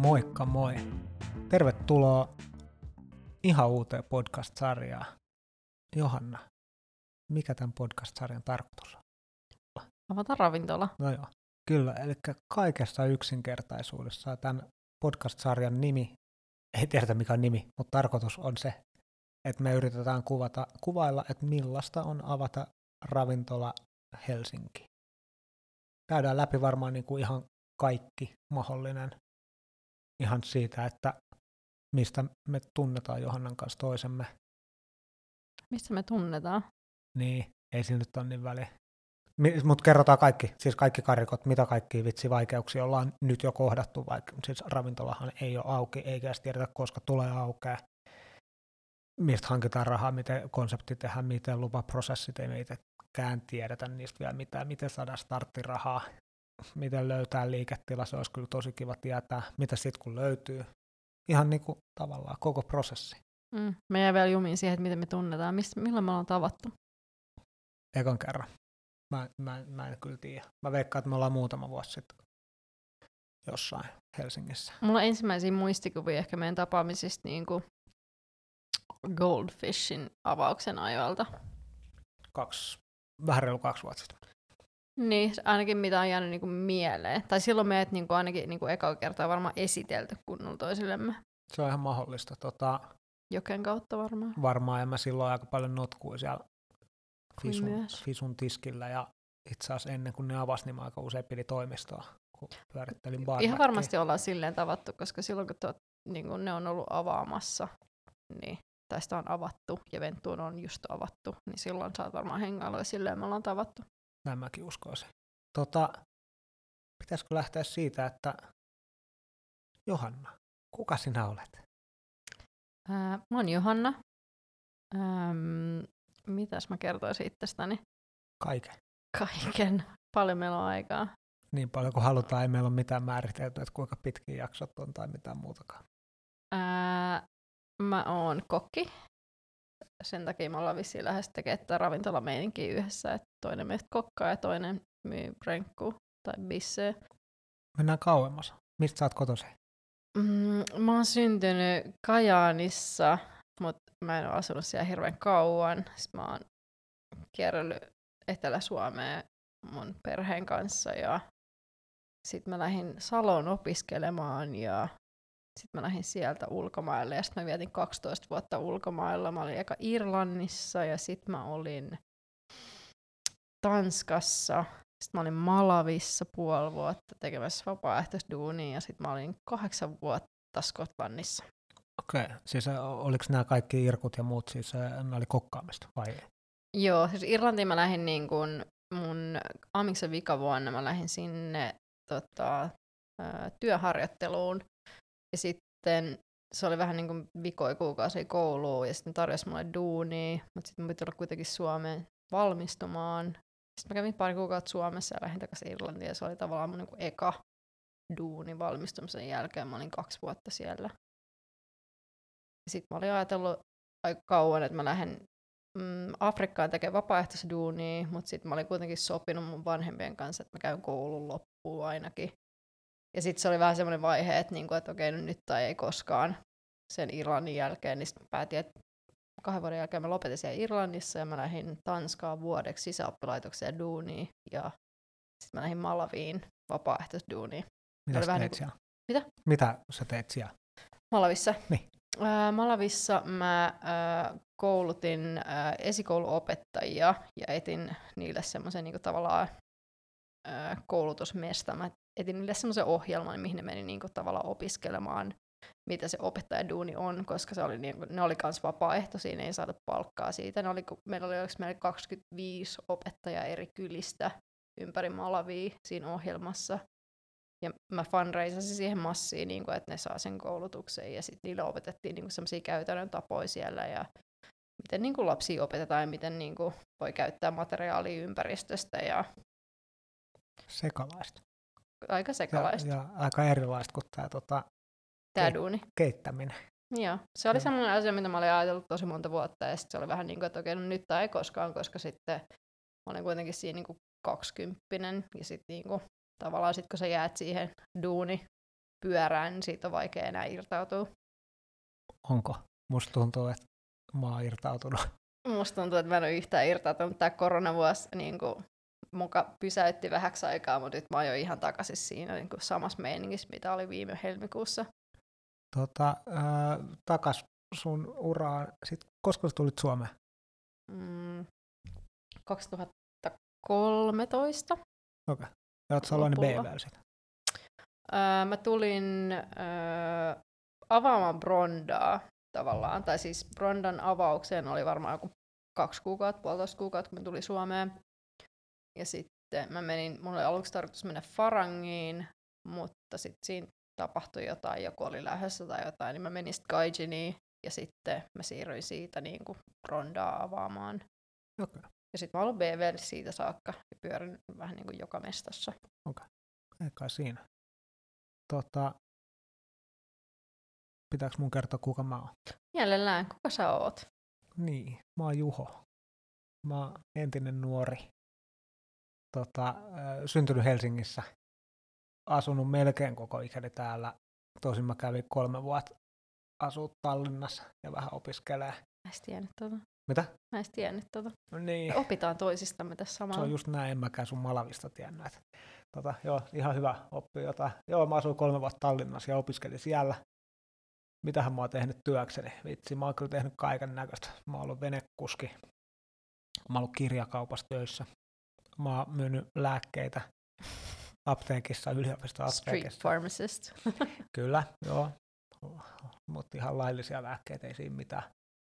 Moikka moi! Tervetuloa ihan uuteen podcast-sarjaan. Johanna, mikä tämän podcast-sarjan tarkoitus on? Avata ravintola. No joo, kyllä. Eli kaikessa yksinkertaisuudessa tämän podcast-sarjan nimi, ei tiedetä mikä on nimi, mutta tarkoitus on se, että me yritetään kuvailla, että millaista on avata ravintola Helsinki. Käydään läpi varmaan niin kuin ihan kaikki mahdollinen. Ihan siitä, että mistä me tunnetaan Johannan kanssa toisemme. Mistä me tunnetaan? Niin, ei sillä nyt ole niin väliä. Mutta kerrotaan kaikki, siis kaikki karikot, mitä kaikkia vaikeuksia ollaan nyt jo kohdattu, vaikka siis ravintolahan ei ole auki, eikä edes tiedetä, koska tulee aukeaa. Mistä hankitaan rahaa, miten konsepti tehdään, miten lupaprosessit, ei me itsekään tiedetä niistä vielä mitään, miten saadaan starttirahaa, miten löytää liiketila, se olisi kyllä tosi kiva tietää, mitä sitten kun löytyy. Ihan niin kuin tavallaan koko prosessi. Me jää vielä jumiin siihen, että miten me tunnetaan, milloin me ollaan tavattu. Ekan kerran. Mä en kyllä tiedä. Mä veikkaan, että me ollaan muutama vuosi sitten jossain Helsingissä. Mulla on ensimmäisiä muistikuvia ehkä meidän tapaamisista niin kuin Goldfishin avauksen ajoilta. Vähän reilu 2 vuotta sitten. Niin, ainakin mitä on jäänyt niinku mieleen. Tai silloin meidät niinku ainakin niinku eka kertaa varmaan esitelty kunnolla toisillemme. Se on ihan mahdollista. Joken kautta varmaan. Varmaan, ja mä silloin aika paljon notkuin siellä Fisun tiskillä, ja itse asiassa ennen kuin ne avasi, niin mä aika usein pidi toimistoa, kun pyörittelin barmäkkiä. Ihan varmasti ollaan silleen tavattu, koska silloin kun niin ne on ollut avaamassa, niin tästä on avattu, ja Venttuun on just avattu, niin silloin sä oot varmaan hengailla, ja silleen me ollaan tavattu. Näin mäkin uskoisin. Pitäisikö lähteä siitä, että Johanna, kuka sinä olet? Mä oon Johanna. Mitäs mä kertoisin itsestäni? Kaiken. Paljon meillä on aikaa. Niin paljon kuin halutaan, ei meillä ole mitään määriteltyä, että kuinka pitkiä jaksot on tai mitään muutakaan. Mä oon kokki. Sen takia me ollaan vissiin lähes tekemään tätä ravintolameininkiä yhdessä, että toinen meistä kokkaa ja toinen myy brenkkuu tai bisseä. Mennään kauemmas. Mistä sä oot kotoisin? Mä oon syntynyt Kajaanissa, mutta mä en ole asunut siellä hirveän kauan. Sitten mä oon kierrellyt Etelä-Suomeen mun perheen kanssa ja sitten mä lähdin Saloon opiskelemaan ja sitten mä lähdin sieltä ulkomaille ja sitten mä vietin 12 vuotta ulkomailla. Mä olin eka Irlannissa ja sitten mä olin Tanskassa. Sitten mä olin Malavissa 5 vuotta tekemässä vapaaehtoisduunia ja sitten mä olin 8 vuotta Skotlannissa. Okei, siis oliko nämä kaikki irkut ja muut, siis ne oli kokkaamista vai? Joo, siis Irlantiin mä lähdin niin kun mun amiksen vikavuonna, mä lähdin sinne työharjoitteluun ja sitten se oli vähän niin kuin kuukausia kouluun ja sitten tarjosi mulle duunia, mutta sitten mun piti olla kuitenkin Suomeen valmistumaan. Sitten mä kävin 2 kuukautta Suomessa ja lähdin takaisin Irlantiin ja se oli tavallaan mun niin kuin eka duuni valmistumisen jälkeen. Mä olin 2 vuotta siellä. Sitten mä olin ajatellut aika kauan, että mä lähden Afrikkaan tekemään vapaaehtoisduunia, mutta sitten mä olin kuitenkin sopinut mun vanhempien kanssa, että mä käyn koulun loppuun ainakin. Ja sitten se oli vähän semmoinen vaihe, että, niinku, että okei, no nyt tai ei koskaan sen Irlannin jälkeen. Niin sitten mä päätin, että 2 vuoden jälkeen mä lopetin siellä Irlannissa ja mä lähdin Tanskaan vuodeksi sisäoppilaitokseen duuniin. Ja sitten mä lähdin Malaviin vapaaehtoisduuniin. Mitä sä teet siellä? Mitä? Mitä sä teet siellä? Malavissa? Niin. Malavissa mä koulutin esikouluopettajia ja etin niille semmoisen niinku tavallaan koulutusmesta. Mä etin niille semmoisen ohjelman, mihin ne meni niinku tavallaan opiskelemaan, mitä se opettajaduuni on, koska se oli niinku, ne oli kans vapaaehtoisia, ne ei saatu palkkaa siitä. Meillä oli 25 opettajaa eri kylistä ympäri Malavia siinä ohjelmassa. Ja mä fundraisasin siihen massiin, niin että ne saa sen koulutuksen ja sitten niille opetettiin niin semmoisia käytännön tapoja siellä ja miten niin lapsia opetetaan ja miten niin voi käyttää materiaalia ympäristöstä. Ja sekalaista. Aika sekalaista. Ja aika erilaista kuin tämä duuni. Keittäminen. Joo, se oli semmoinen asia, mitä mä olin ajatellut tosi monta vuotta ja sitten se oli vähän niin kuin, että okei, no nyt tai ei koskaan, koska sitten mä olin kuitenkin siinä niin 20 ja sitten niin tavallaan sit kun sä jäät siihen pyörään, niin siitä on vaikea enää irtautua. Onko? Musta tuntuu, että mä oon irtautunut. Musta tuntuu, että mä en ole yhtään irtautunut. Tämä koronavuosi niin muka pysäytti vähäksi aikaa, mutta nyt mä oon jo ihan takaisin siinä niin samassa meiningissä, mitä oli viime helmikuussa. Takas sun uraan. Sitten, koska sä tulit Suomeen? 2013. Okei. Ja oot sellainen BVL sitten? Mä tulin avaamaan Brondaa tavallaan. Tai siis Brondan avaukseen oli varmaan joku 2 kuukautta, 1,5 kuukautta, kun mä tulin Suomeen. Ja sitten mulla oli aluksi tarkoitus mennä Farangiin, mutta sitten siinä tapahtui jotain, joku oli lähdössä tai jotain, niin mä menin sitten Gaijiniin ja sitten mä siirryin siitä niin kuin Brondaa avaamaan. Okay. Ja sitten mä oon ollut BVL siitä saakka ja pyörin vähän niin kuin joka mestassa. Okei, eikä siinä. Pitääkö mun kertoa, kuka mä oon? Mielellään, kuka sä oot? Niin, mä oon Juho. Mä oon entinen nuori. Syntynyt Helsingissä. Asunut melkein koko ikäni täällä. Tosin mä kävin 3 vuotta asua Tallinnassa ja vähän opiskelee. Mä en tiennyt tota. Mitä? Mä en tiennyt tota. No niin. Me opitaan toisistamme tässä samalla. Se on just näin, en mäkään sun Malavista tiennyt. Joo, ihan hyvä oppia jotain. Joo, mä asuin 3 vuotta Tallinnassa ja opiskelin siellä. Mitähän mä oon tehnyt työkseni? Vitsi, mä oon kyllä tehnyt kaiken näköistä. Mä oon ollut venekuski. Mä oon ollut kirjakaupassa töissä. Mä oon myynyt lääkkeitä apteekissa, yliopistoapteekissa. Street pharmacist. Kyllä, joo. Mutta ihan laillisia lääkkeitä, ei siinä mitään.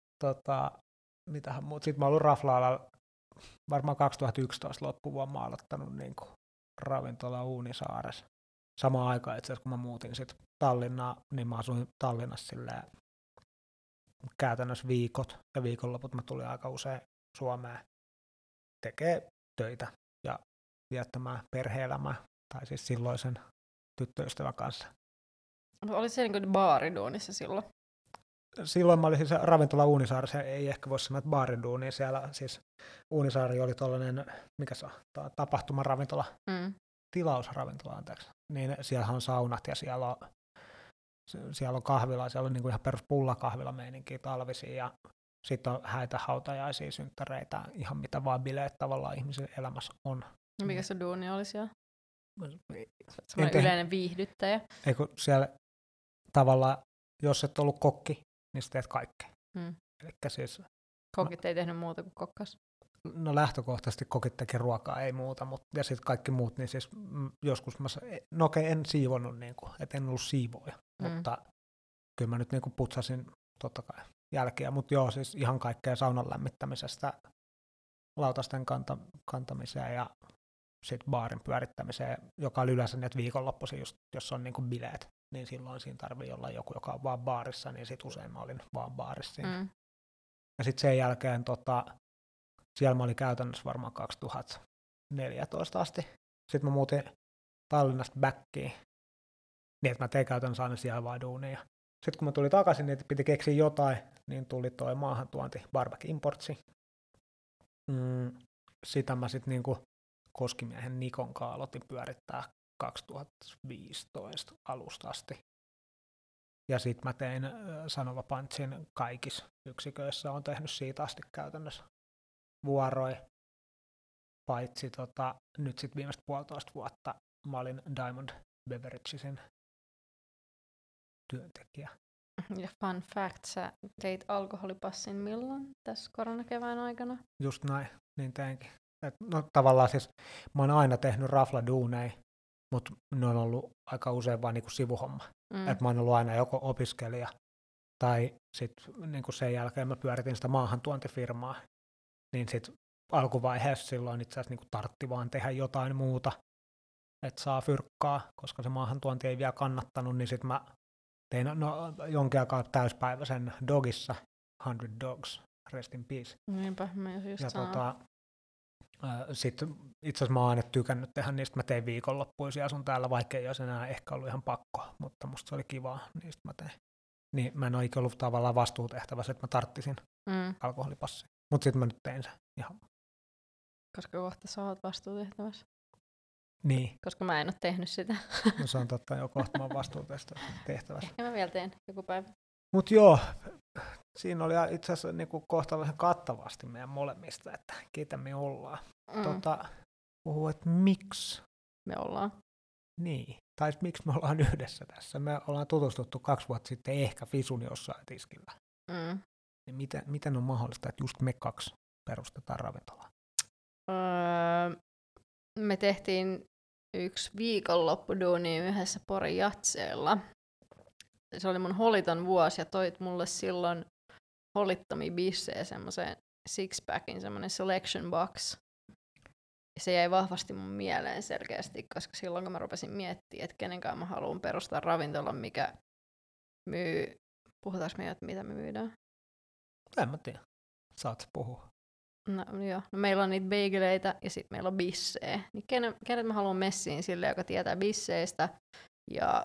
Mitähän muuta. Sitten mä oon ollut rafla-alalla varmaan 2011 loppuvuonna. Mä oon aloittanut niin kuin ravintola Uunisaaressa. Samaan aikaan itse asiassa, kun mä muutin sitten Tallinnaan, niin mä asuin Tallinnassa silleen käytännössä viikot ja viikonloput mä tulin aika usein Suomeen tekee töitä ja viettämään perhe-elämää, tai siis silloisen tyttöystävän kanssa. No, olit se niin baariduunissa silloin? Silloin mä olin siis ravintola Uunisaaressa, ei ehkä voi sanoa, että baariduuni. Siellä siis Uunisaari oli tollainen, mikä se on, tapahtumaravintola, tilausravintola, anteeksi. Niin siellähän on saunat ja siellä on kahvila, siellä on niinku ihan perus pullakahvila meininkiä talvisia ja sitten on häitä, hautajaisia, synttäreitä, ihan mitä vaan bileet tavallaan ihmisen elämässä on. No mikä se duuni oli siellä? Semmoinen yleinen viihdyttäjä. Eikö siellä tavallaan, jos et ollut kokki, niin sä teet kaikkea. Elikkä siis, kokit ei tehnyt muuta kuin kokkas. No lähtökohtaisesti kokit teki ruokaa, ei muuta, ja sitten kaikki muut, niin siis joskus en siivonnut, et en ollut siivooja, mutta kyllä mä nyt putsasin totta kai jälkiä, mutta joo, siis ihan kaikkea saunan lämmittämisestä, lautasten kantamiseen ja sitten baarin pyörittämiseen, joka oli yleensä niin, että viikonloppuisin, just, jos on bileet, niin silloin siinä tarvii olla joku, joka on vaan baarissa, niin sitten usein mä olin vaan baarissa siinä. Ja sitten sen jälkeen siellä mä olin käytännössä varmaan 2014 asti. Sitten mä muutin Tallinnasta backiin, niin että mä tein käytännössä aina siellä vaan duunia. Sitten kun mä tulin takaisin, niin piti keksiä jotain, niin tuli toi maahantuonti Barback Importsi. Sitä mä sitten Koskimiehen Nikon kanssa aloitin pyörittää 2015 alusta asti. Ja sitten mä tein Sanova Punchin kaikissa yksiköissä, on tehnyt siitä asti käytännössä vuoroi, paitsi nyt sitten viimeistä 1,5 vuotta mä olin Diamond Beveragesin työntekijä. Ja fun fact, sä teit alkoholipassin milloin tässä koronakevään aikana? Just näin, niin teinkin. No tavallaan siis mä oon aina tehnyt rafladuuneja, mutta ne on ollut aika usein vaan sivuhomma. Että mä oon ollut aina joko opiskelija tai sitten sen jälkeen mä pyöritin sitä maahantuontifirmaa. Niin sitten alkuvaiheessa silloin itse asiassa tartti vaan tehdä jotain muuta, että saa fyrkkaa, koska se maahantuonti ei vielä kannattanut, niin sitten mä tein jonkin aikaa täyspäiväisen Dogissa, 100 Dogs, rest in peace. Niinpä, mä just sitten itse asiassa mä oon aina tykännyt tehdä niistä, mä tein viikonloppuisia asun täällä, vaikka ei olisi enää ehkä ollut ihan pakko, mutta musta se oli kivaa, niistä mä tein. Niin mä en ole ikinä ollut tavallaan vastuutehtävässä, että mä tarttisin alkoholipassia, mutta sitten mä nyt tein sen ihan. Koska kohta sä oot vastuutehtävässä. Niin, koska mä en ole tehnyt sitä. no se on totta, jo kohta mä oon vastuun tästä tehtävästä. Ehkä mä vielä teen joku päivä. Mutta joo, siinä oli itse asiassa niinku kohtalaisen kattavasti meidän molemmista, että ketä me ollaan. Puhuu, että miksi? Me ollaan. Niin, tai miksi me ollaan yhdessä tässä. Me ollaan tutustuttu 2 vuotta sitten ehkä Fisun jossain tiskillä. Niin miten on mahdollista, että just me 2 perustetaan ravintolaa? Me tehtiin 1 viikonloppuduuni yhdessä Porin jatseella. Se oli mun holiton vuosi ja toit mulle silloin holittomia bissejä, semmoisen six-packin, semmoinen selection box. Se jäi vahvasti mun mieleen selkeästi, koska silloin kun mä rupesin miettimään, että kenenkaan mä haluan perustaa ravintolan, mikä myy... Puhutaanko me jo, että mitä me myydään? En mä tiedä. Saat puhua. No joo. No, meillä on niitä beigeleitä ja sitten meillä on bissejä. Niin kenet mä haluan messiin sille, joka tietää bisseistä ja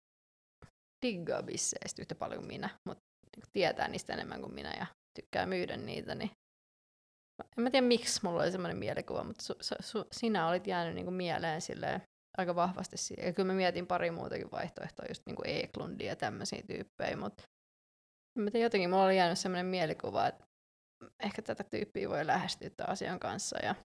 diggaa bisseistä yhtä paljon kuin minä, mutta tietää niistä enemmän kuin minä ja tykkää myydä niitä, niin en mä tiedä miksi mulla oli semmoinen mielikuva, mutta sinä olit jäänyt niinku mieleen silleen aika vahvasti siihen. Ja kyllä mä mietin pari muutakin vaihtoehtoa, just niinku Eklundia ja tämmöisiä tyyppejä, mutta en mä tiedä, jotenkin mulla oli jäänyt semmoinen mielikuva, että ehkä tätä tyyppiä voi lähestyä tämän asian kanssa ja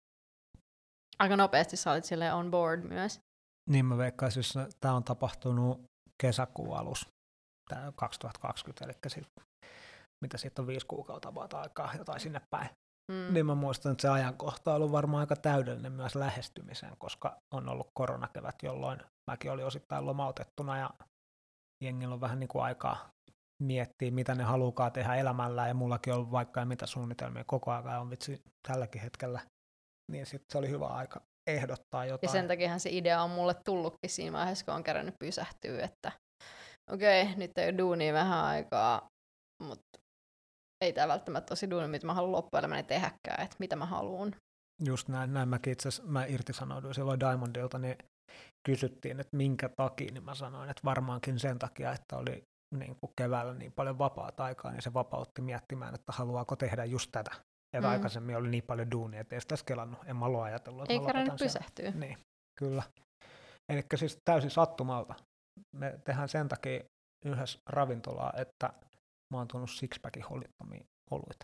aika nopeasti sä olit silleen on board myös. Niin mä veikkaisin, että tämä on tapahtunut kesäkuun alussa, tämä 2020, eli mitä siitä on 5 kuukautta vaata aikaa, jotain sinne päin. Niin mä muistan, että se ajankohta on ollut varmaan aika täydellinen myös lähestymiseen, koska on ollut koronakevät, jolloin mäkin olin osittain lomautettuna ja jengillä on vähän niin kuin aikaa miettiä, mitä ne haluukaan tehdä elämällä ja mullakin on ollut vaikka mitä suunnitelmia koko ajan on vitsi tälläkin hetkellä, niin sitten se oli hyvä aika ehdottaa jotain. Ja sen takiahan se idea on mulle tullutkin siinä vaiheessa, kun on kerännyt pysähtyä, että okei, nyt ei ole duunia vähän aikaa, mutta ei tämä välttämättä tosi duuni, mitä mä haluan loppuelämäni tehdäkään, että mitä mä haluan. Just näin mäkin itse asiassa, mä irtisanouduin silloin Diamondilta, niin kysyttiin, että minkä takia, niin mä sanoin, että varmaankin sen takia, että oli niin kuin keväällä niin paljon vapaata aikaa, niin se vapautti miettimään, että haluaako tehdä just tätä. Ja aikaisemmin oli niin paljon duunia, että ei sitä kelannut. En mä ollut ajatellut, että ei kerännyt pysähtyä. Niin, kyllä. Eli siis täysin sattumalta. Me tehdään sen takia yhdessä ravintolaa, että mä oon tuonut six-packin holittomia oluita.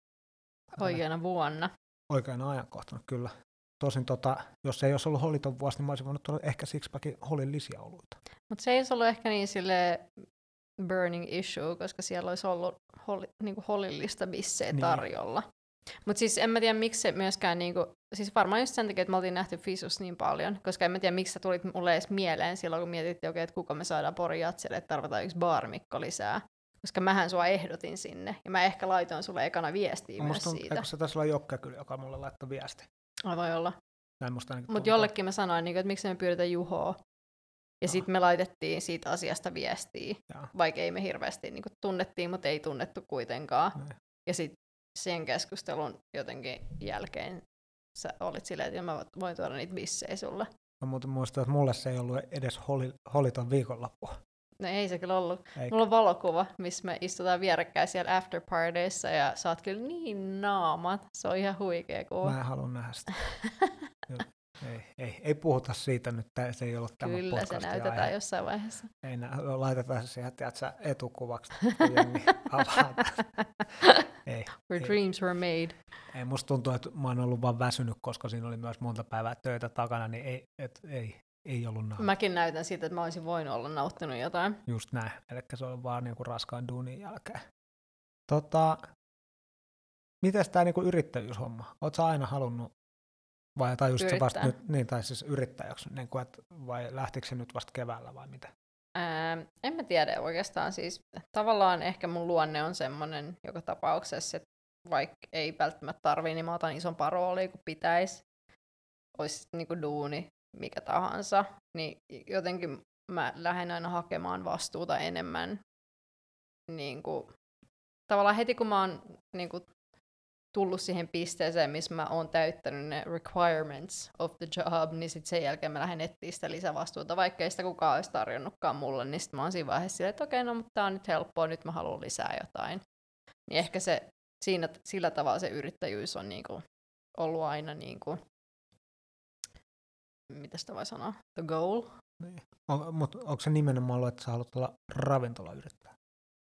Oikeana vuonna. Oikeana ajankohtana, kyllä. Tosin jos ei olisi ollut holiton vuosi, niin mä olisin voinut tuoda ehkä six-packin holillisia oluita. Mutta se ei olisi ollut ehkä niin sille burning issue, koska siellä olisi ollut niinku holillista bissejä tarjolla. Mutta siis en mä tiedä, miksi se myöskään, niinku, siis varmaan just sen takia, että me oltiin nähty Fisus niin paljon, koska en mä tiedä, miksi sä tulit mulle edes mieleen silloin, kun mietittiin, että kuka me saadaan Porin jatselle, että tarvitaan 1 baarmikko lisää. Koska mähän sua ehdotin sinne, ja mä ehkä laitoin sulle ekana viestiä myös siitä. Eikö se taisi olla Jokke kyllä, joka mulle laittoi viesti? Voi olla. Mutta jollekin mä sanoin, että miksi me pyydetään Juhoa. Ja sitten me laitettiin siitä asiasta viestiä, vaikka ei me hirveästi niin tunnettiin, mutta ei tunnettu kuitenkaan. Ja sitten sen keskustelun jotenkin jälkeen sä olit silleen, että mä voin tuoda niitä bissejä sulle. Mä muuten muistan, että mulle se ei ollut edes holiton viikonloppu. No ei se kyllä ollut. Mulla on valokuva, missä me istutaan vierekkäin siellä afterpartyissa ja sä oot kyllä niin naamat. Se on ihan huikea kuva. Mä en halua nähdä sitä. Ei puhuta siitä nyt, se ei ollut tämä podcast. Kyllä se näytetään jossain vaiheessa. Ei laitetaan se siihen, tiedätkö, etukuvaksi. Where dreams were made. Ei, musta tuntuu, että mä oon ollut vaan väsynyt, koska siinä oli myös monta päivää töitä takana, niin ei ollut nauttinut. Mäkin näytän siitä, että mä olisin voinut olla nauttinut jotain. Just näin, eli se on vaan niinku raskaan duunin jälkeen. Mites tää niinku yrittäjyyshomma? Oot sä aina halunnut, vai just se vasta nyt, niin, tai siis yrittäjäksi, niin kuin, vai lähtikö se nyt vasta keväällä vai mitä? En mä tiedä oikeastaan, siis tavallaan ehkä mun luonne on semmonen joka tapauksessa, että vaikka ei välttämättä tarvii, niin mä otan isompaa roolia kuin pitäisi. Olisi niinku duuni, mikä tahansa, niin jotenkin mä lähden aina hakemaan vastuuta enemmän. Niinku, tavallaan heti kun mä oon niinku, tullut siihen pisteeseen, missä mä oon täyttänyt ne requirements of the job, niin sit sen jälkeen mä lähden etsiä sitä lisävastuuta, vaikka ei sitä kukaan olisi tarjonnutkaan mulle, niin sit mä oon siinä vaiheessa silleen, että okei, no mutta tää on nyt helppoa, nyt mä haluan lisää jotain. Niin ehkä se, sillä tavalla se yrittäjyys on niinku ollut aina niinku mitä sitä voi sanoa, the goal. Niin. Mutta onko se nimenomaan ollut, että sä haluat olla ravintolayrittäjä?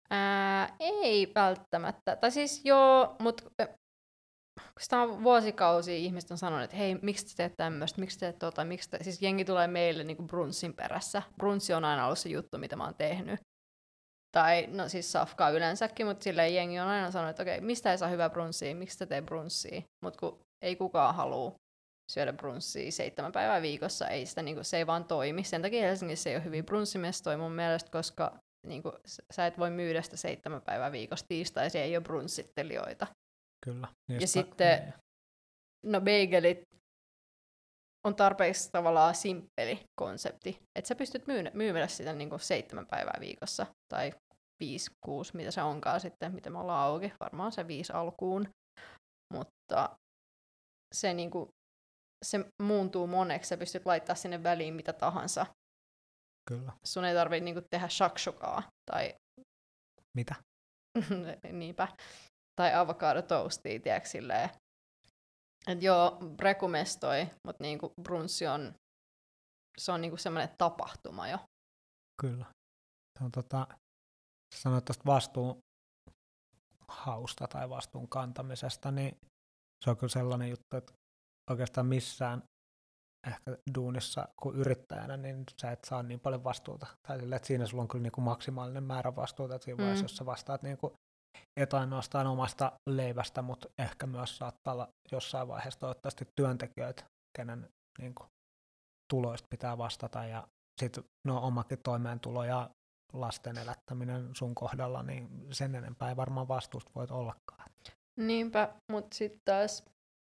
Ei välttämättä. Tai siis joo, mutta sitä on vuosikausia ihmiset on sanonut, että hei, miksi sä teet tämmöistä, miksi sä teet tota, siis jengi tulee meille niinku brunssin perässä. Brunssi on aina ollut se juttu, mitä mä oon tehnyt. Tai no siis safkaa yleensäkin, mutta silleen jengi on aina sanonut, että okei, mistä ei saa hyvää brunssia, miksi sä teet brunssia? Mutta kun ei kukaan halua syödä brunssia 7 päivää viikossa, ei sitä, niinku, se ei vaan toimi. Sen takia Helsingissä ei ole hyviä brunssimestoja mun mielestä, koska niinku, sä et voi myydä sitä 7 päivää viikossa tiistaisin, ei ole brunssittelijoita. Kyllä. Ja sitten, no bagelit on tarpeeksi tavallaan simppeli konsepti, että sä pystyt myydä sitä niinku 7 päivää viikossa, tai 5, 6, mitä se onkaan sitten, mitä me ollaan auki, varmaan se 5 alkuun, mutta se, niinku, se muuntuu moneksi, sä pystyt laittaa sinne väliin mitä tahansa. Kyllä. Sun ei tarvitse niinku tehdä shakshukaa, tai mitä? niinpä, tai avocado toastia, tiedätkö silleen. Että joo, rekumestoi, mutta niinku brunssi on, se on niinku semmoinen tapahtuma jo. Kyllä. Se on sanoit tuosta vastuun hausta tai vastuun kantamisesta, niin se on kyllä sellainen juttu, että oikeastaan missään ehkä duunissa kuin yrittäjänä, niin sä et saa niin paljon vastuuta. Tai sille, että siinä sulla on kyllä niin kuin maksimaalinen määrä vastuuta, että siinä vaiheessa, jos sä vastaat niin kuin et ainoastaan omasta leivästä, mutta ehkä myös saattaa olla jossain vaiheessa toivottavasti työntekijöitä, kenen niin kuin, tuloista pitää vastata, ja sitten omakin toimeentulo ja lasten elättäminen sun kohdalla, niin sen enempää ei varmaan vastuusta voit ollakaan. Niinpä, mutta sitten taas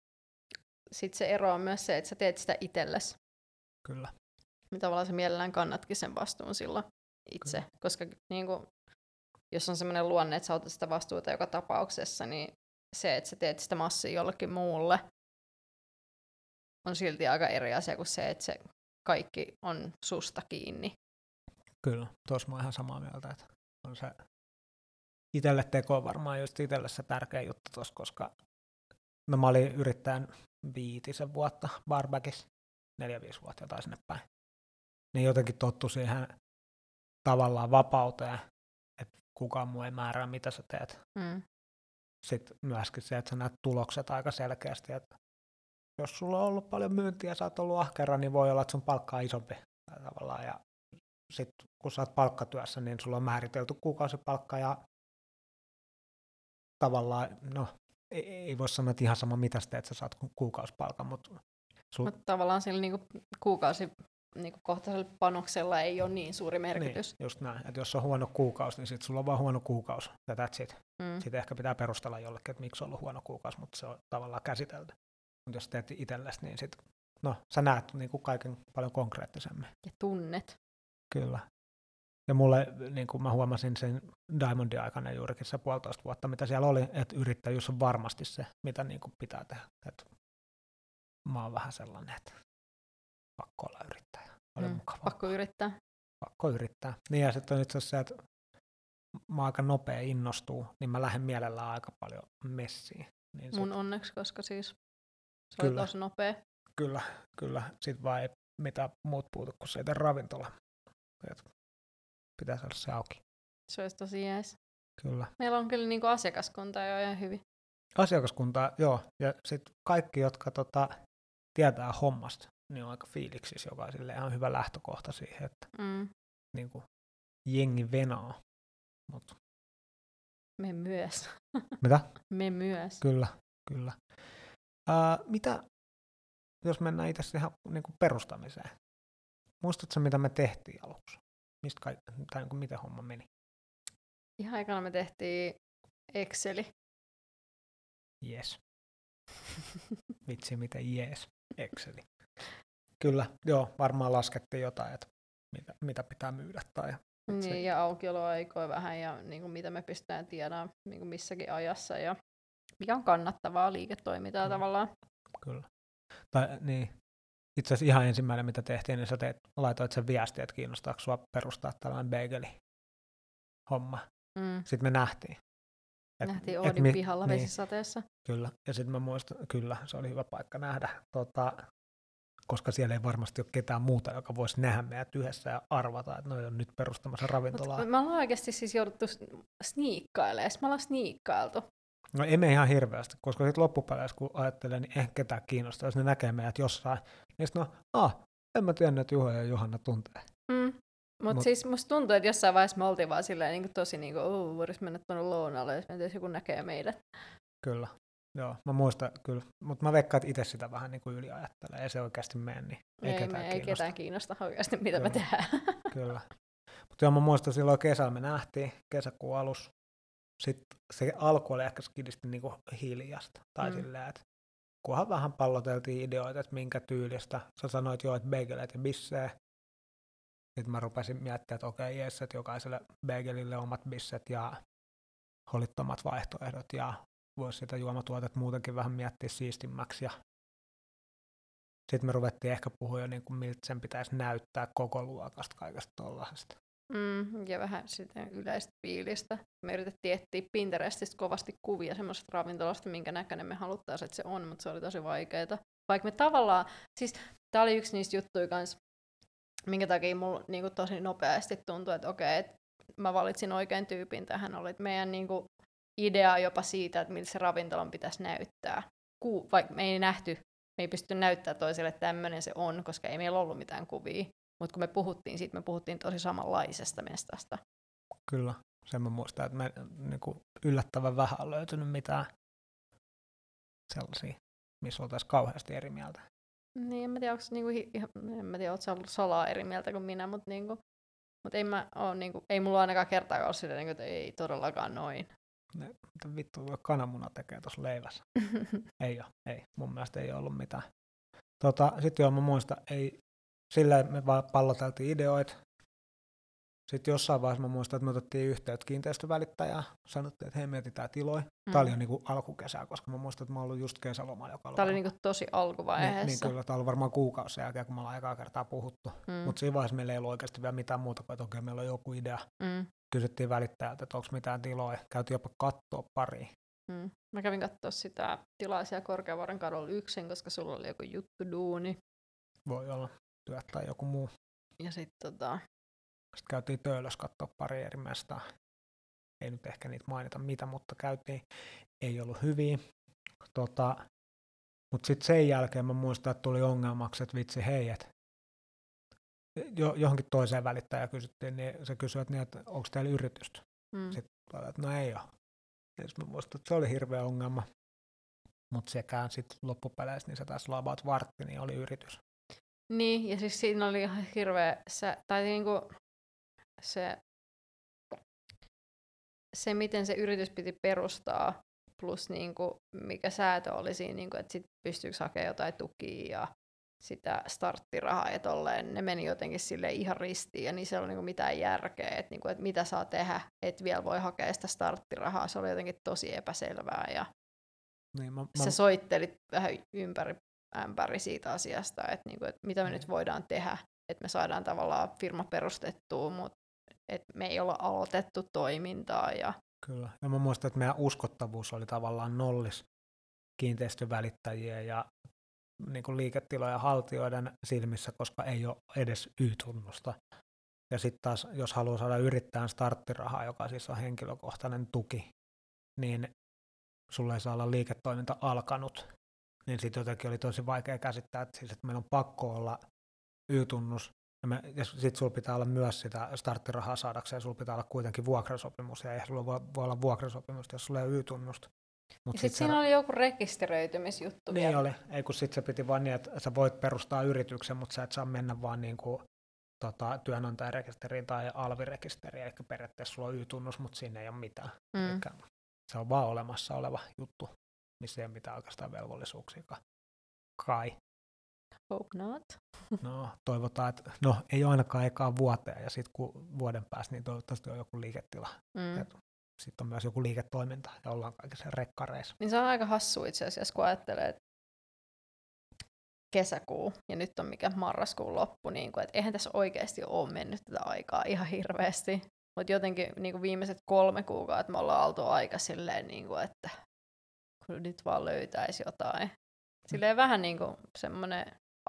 se ero on myös se, että sä teet sitä itsellesi. Kyllä. Tavallaan sä mielellään kannatkin sen vastuun silloin itse, kyllä. Koska niinku, jos on semmoinen luonne, että sä otat sitä vastuuta joka tapauksessa, niin se, että sä teet sitä massia jollekin muulle, on silti aika eri asia kuin se, että se kaikki on susta kiinni. Kyllä, tuossa mä oon ihan samaa mieltä, että on se itselle teko varmaan just itselle se tärkeä juttu tuossa, koska no mä olin yrittäjän 5 vuotta Barbackissa, 4-5 vuotta jotain sinne päin. Niin jotenkin tottu siihen tavallaan vapauteen, että kukaan muu ei määrää, mitä sä teet. Sitten myöskin se, että sä näet tulokset aika selkeästi, että jos sulla on ollut paljon myyntiä ja sä oot ollut ahkera, niin voi olla, että sun palkka on isompi tavallaan. Ja sitten kun sä oot palkkatyössä, niin sulla on määritelty kuukausipalkka ja tavallaan, no ei voi sanoa, että ihan sama mitä sä teet, sä saat kuukausipalkan, mutta tavallaan sillä niinku kuukausikohtaisella panoksella ei ole niin suuri merkitys. Niin, just näin, että jos on huono kuukausi, niin sitten sulla on vaan huono kuukausi, ja that's it. Sitten ehkä pitää perustella jollekin, että miksi on ollut huono kuukausi, mutta se on tavallaan käsitelty. Mutta jos teet itsellesi, niin sitten, no, sä näet niin kuin kaiken paljon konkreettisemmin. Ja tunnet. Kyllä. Ja mulle, niin kuin mä huomasin sen Diamondin aikana juurikin se 1,5 vuotta, mitä siellä oli, että yrittäjyys on varmasti se, mitä niin kuin pitää tehdä. Et mä oon vähän sellainen, että pakko olla yrittäjä. Pakko yrittää. Pakko yrittää. Niin ja sitten on itse asiassa se, että mä aika nopea innostuu, niin mä lähden mielellään aika paljon messiin. Niin mun onneksi, koska siis se oli tosi nopea. Kyllä. Sitten vaan ei mitään muut puutu kuin siitä ravintola. Pitää saada se auki. Se olisi tosi jees. Kyllä. Meillä on kyllä niinku asiakaskuntaa jo ihan hyvin. Asiakaskuntaa, joo. Ja sitten kaikki, jotka tietää hommasta, niin on aika fiiliksissä, joka on ihan hyvä lähtökohta siihen, että niin kuin, jengi venaa. Mut. Me myös. Mitä? Me myös. Kyllä. Mitä, jos mennään itse siihen niin kuin perustamiseen? Muistatko, mitä me tehtiin aluksi? Tai niin miten homma meni? Ihan ekana me tehtiin Exceli. Yes. Vitsi, miten jees. Exceli. Kyllä, joo, varmaan laskettiin jotain, että mitä pitää myydä. Niin, ja aukioloaikoja vähän ja niin kuin mitä me pystytään tiedämään niin kuin missäkin ajassa ja mikä on kannattavaa liiketoimintaa tavallaan. Kyllä. Niin. Itse asiassa ihan ensimmäinen, mitä tehtiin, niin sä laitoit sen viesti, että kiinnostaako sua perustaa tällainen bageli-homma. Sitten me nähtiin. Nähtiin Oodin pihalla vesisateessa. Kyllä, ja sitten mä muistan, kyllä, se oli hyvä paikka nähdä. koska siellä ei varmasti ole ketään muuta, joka voisi nähdä meidät yhdessä ja arvata, että noi on nyt perustamassa ravintolaa. Mutta me ollaan oikeasti siis jouduttu sniikkailemaan, me ollaan sniikkailtu. No ei me ihan hirveästi, koska sitten loppupeleissä, kun ajattelee, niin ehkä ketään kiinnostaa, jos ne näkee meidät jossain, niin sitten en mä tiedä, että Juha ja Johanna tuntee. Mutta siis musta tuntuu, että jossain vaiheessa me oltiin vaan silleen niin tosi voidaan mennä tuonne lounaalle, jos joku näkee meidät. Kyllä, joo, mä muistan kyllä, mutta mä veikkaan, että itse sitä vähän niin kuin yliajattelee, ei se oikeasti mene, niin ei ketään kiinnosta oikeasti, mitä kyllä. me tehdään. Kyllä, mutta joo, mä muistan silloin kesällä me nähtiin, kesäkuun alussa, sitten se alku oli ehkä skidisti niin kuin hiljasta, tai silleen, että kunhan vähän palloteltiin ideoita, että minkä tyylistä, sä sanoit jo, että bageleet ja bissejä. Sitten mä rupesin miettimään, että okei, jes, että jokaiselle bagelille omat bisset ja holittomat vaihtoehdot ja voisi sitä juomatuotetta muutenkin vähän miettiä siistimmäksi. Sitten me ruvettiin ehkä puhua jo niin kuin miltä sen pitäisi näyttää koko luokasta kaikesta tollaisesta. Ja vähän sitten yleistä fiilistä. Me yritettiin etsiä Pinterestistä kovasti kuvia semmoisesta ravintolasta, minkä näköinen me haluttaisiin, että se on, mutta se oli tosi vaikeaa. Vaikka me tavallaan, siis tää oli yksi niistä juttuja kanssa, minkä takia mulla niinku tosi nopeasti tuntui, että okei, että mä valitsin oikein tyypin tähän. Oli meidän niinku idea jopa siitä, että miltä se ravintolan pitäisi näyttää. Vaikka me ei pysty näyttämään toiselle, että tämmöinen se on, koska ei meillä ollut mitään kuvia. Mutta kun me puhuttiin siitä, me puhuttiin tosi samanlaisesta mestasta. Kyllä, sen mä muistan, että me niinku yllättävän vähän on löytynyt mitään sellaisia, missä oltaisiin kauheasti eri mieltä. Niin, en mä tiedä, ootko sä ollut salaa eri mieltä kuin minä, mutta ei mulla ainakaan kertaakaan ole silleen, että ei todellakaan noin. Mitä vittu tuo kananmuna tekee tuossa leivässä? ei. Mun mielestä ei ollut mitään. Sitten joo, mä muistan, silleen me vaan palloteltiin ideoita. Sitten jossain vaiheessa mä muistan, että me otettiin yhteyttä kiinteistövälittäjään. Sanottiin, että hei, mietitään tiloja. Tämä oli jo niinku alkukesää, koska mä muistan, että mä oon ollut just kesälomalla. Tämä oli niinku tosi alkuvaiheessa. Niin kyllä, tämä oli varmaan kuukausi sen jälkeen, kun me ollaan ekaa kertaa puhuttu. Mutta siinä vaiheessa meillä ei ollut oikeasti vielä mitään muuta kuin, että okei, meillä on joku idea. Kysyttiin välittäjältä, että onko mitään tiloja. Käytiin jopa katsoa pariin. Mä kävin katsoa sitä tilaa siellä Korkeavuoren kadulla yksin, koska sulla oli joku juttu duuni. Voi olla työt tai joku muu. Ja sitten Sitten käytiin Töölössä katsoa pari eri mestaa. Ei nyt ehkä niitä mainita mitä, mutta käytiin. Ei ollut hyviä. Mutta sitten sen jälkeen mä muistan, että tuli ongelmaksi, että vitsi hei, että johonkin toiseen välittäjään kysyttiin, niin se kysyi, että onko teillä yritystä? Sitten että no ei ole. Ja mä muistan, että se oli hirveä ongelma. Mutta sekään sitten loppupeleissä, niin se taisi olla about vartti, niin oli yritys. Niin, ja siis siinä oli ihan hirveä, se miten se yritys piti perustaa, plus niinku, mikä säätö oli siinä, niinku, että sit pystyykö hakemaan jotain tukia ja sitä starttirahaa ja tolleen, ne meni jotenkin sille ihan ristiin, ja niissä ei ollut niinku mitään järkeä, että niinku, et mitä saa tehdä, että vielä voi hakea sitä starttirahaa, se oli jotenkin tosi epäselvää, ja niin, sä soittelit vähän ympäri ämpäri siitä asiasta, että niinku, et mitä me nyt voidaan tehdä, että me saadaan tavallaan firma perustettua, mutta että me ei olla aloitettu toimintaa. Kyllä, ja mä muistan, että meidän uskottavuus oli tavallaan nollis kiinteistövälittäjien ja niin kuin liiketilojen haltijoiden silmissä, koska ei ole edes Y-tunnusta. Ja sitten taas, jos haluaa saada yrittäjän starttirahaa, joka siis on henkilökohtainen tuki, niin sulle ei saa olla liiketoiminta alkanut. Niin sitten jotenkin oli tosi vaikea käsittää, että meillä on pakko olla Y-tunnus, ja sitten sulla pitää olla myös sitä starttirahaa saadakseen, sulla pitää olla kuitenkin vuokrasopimus, ja ei sulla voi olla vuokrasopimusta, jos sulla ei ole Y-tunnusta. Ja sitten siinä oli joku rekisteröitymisjuttu. Niin vielä. oli, ei kun sitten se piti vaan niin, että sä voit perustaa yrityksen, mutta sä et saa mennä vaan niin kuin, työnantajarekisteriin tai alvirekisteriin, eli periaatteessa sulla on Y-tunnus, mutta siinä ei ole mitään. Eikä, se on vaan olemassa oleva juttu, missä ei ole mitään oikeastaan velvollisuuksia kai. Hope not. No, toivotaan, että ei ole ainakaan ekaan vuoteen, ja sitten kun vuoden päästä, niin toivottavasti on joku liiketila. Sitten on myös joku liiketoiminta, ja ollaan kaikissa rekkareissa. Niin se on aika hassu itse asiassa, kun ajattelee, että kesäkuu, ja nyt on mikä marraskuun loppu, niin kuin, että eihän tässä oikeasti ole mennyt tätä aikaa ihan hirveästi. Mutta jotenkin niin kuin viimeiset 3 kuukautta me ollaan oltu aika silleen, niin kuin, että kun nyt vaan löytäisi jotain. Silleen vähän niin kuin semmoinen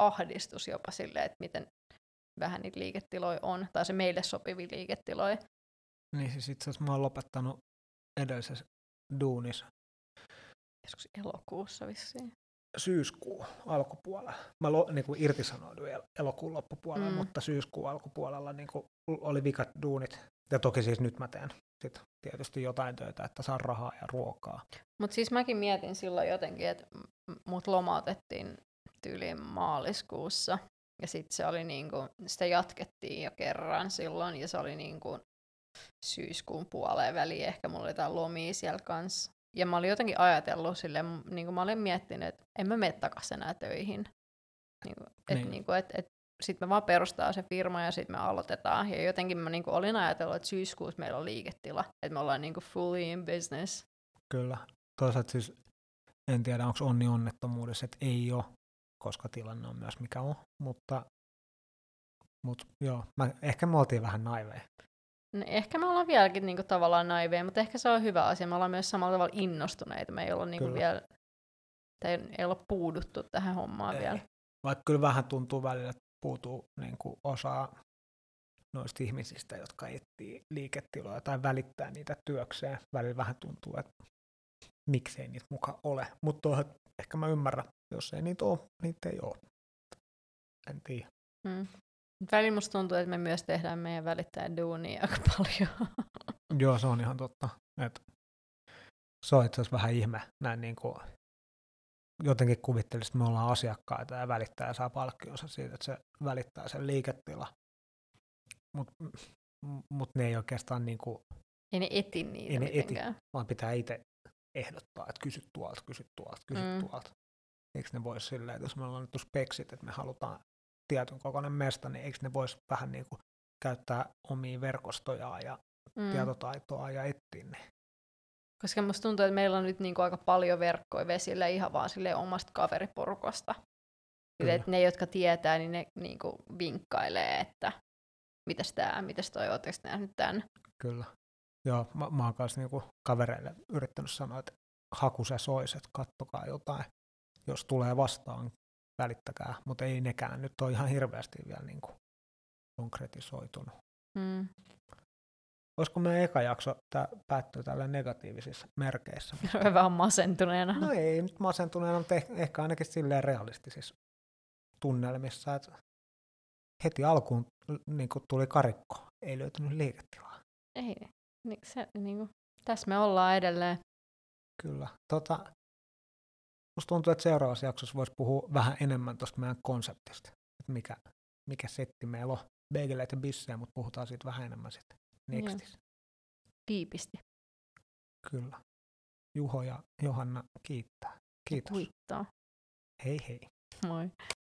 ahdistus jopa silleen, että miten vähän niitä liiketiloja on, tai se meille sopivia liiketiloja. Niin siis itse asiassa mä oon lopettanut edellisessä duunissa Joskus elokuussa vissiin. syyskuun alkupuolella. Mä niinku irtisanouduin elokuun loppupuolella, mutta syyskuun alkupuolella niinku oli vikat duunit. Ja toki siis nyt mä teen sit tietysti jotain töitä, että saan rahaa ja ruokaa. Mutta siis mäkin mietin silloin jotenkin, että mut lomautettiin tyyliin maaliskuussa. Ja sitten se oli niinku, sitä jatkettiin jo kerran silloin, ja se oli niinku syyskuun puoleen väliin. Ehkä mulla oli jotain lomia siellä kanssa. Ja mä olin jotenkin ajatellut silleen, niinku mä olin miettinyt, että en mä mene takaisin enää töihin. Sitten me vaan perustaa se firma ja sitten me aloitetaan. Ja jotenkin mä niinku olin ajatellut, että syyskuussa meillä on liiketila. Että me ollaan niinku fully in business. Kyllä. Toisaalta siis en tiedä, onko onni onnettomuudessa, että ei ole, koska tilanne on myös mikä on. Mutta joo, ehkä me oltiin vähän naiveja. No, ehkä me ollaan vieläkin niinku tavallaan naiveja, mutta ehkä se on hyvä asia. Me ollaan myös samalla tavalla innostuneita. Me ei olla niinku vielä, tai ei olla puuduttu tähän hommaan vielä. Vaikka kyllä vähän tuntuu välillä, että puutuu niinku osaa noista ihmisistä, jotka etsii liiketiloja tai välittää niitä työkseen. Välillä vähän tuntuu, että miksei niitä mukaan ole. Mutta ehkä mä ymmärrän, jos ei niitä ole, niitä ei ole. En tiedä. Välillä musta tuntuu, että me myös tehdään meidän välittäjän duunia aika paljon. Joo, se on ihan totta. Se on itse asiassa vähän ihme. Näin niin kuin jotenkin kuvittelisin, että me ollaan asiakkaita ja välittäjä saa palkkionsa siitä, että se välittää sen liiketila. Mut ne ei oikeastaan niin kuin... Ei ne eti niitä mitenkään. Vaan pitää itse ehdottaa, että kysy tuolta. Eikö ne voisi silleen, että jos me ollaan nyt speksit, että me halutaan tietyn kokoinen mesta, niin eikö ne voisi vähän niin kuin käyttää omia verkostojaan ja tietotaitoa ja etsiä ne. Koska musta tuntuu, että meillä on nyt niinku aika paljon verkkoja vesillä ihan vaan omasta kaveriporukasta. Että ne, jotka tietää, niin ne niinku vinkkailee, että mitäs toi, ootteko nähnyt tän? Kyllä. Joo, mä oon kanssa niinku kavereille yrittänyt sanoa, että haku se sois, että kattokaa jotain. Jos tulee vastaan, välittäkää, mutta ei nekään nyt ole ihan hirveästi vielä niinku konkretisoitunut. Olisiko meidän eka jakso päättyy tällä negatiivisissa merkeissä? Vähän masentuneena. No ei nyt masentuneena, mutta ehkä ainakin silleen realistisissa tunnelmissa, että heti alkuun niin tuli karikko, ei löytynyt liiketilaa. Ei, tässä me ollaan edelleen. Kyllä. Musta tuntuu, että seuraavassa jaksossa voisi puhua vähän enemmän tuosta meidän konseptista, että mikä setti meillä on. Beigeleitä ja bissejä, mutta puhutaan siitä vähän enemmän sitten nextissä. Tiipisti. Kyllä. Juho ja Johanna kiittää. Kiitos. Kuittaa. Hei hei. Moi.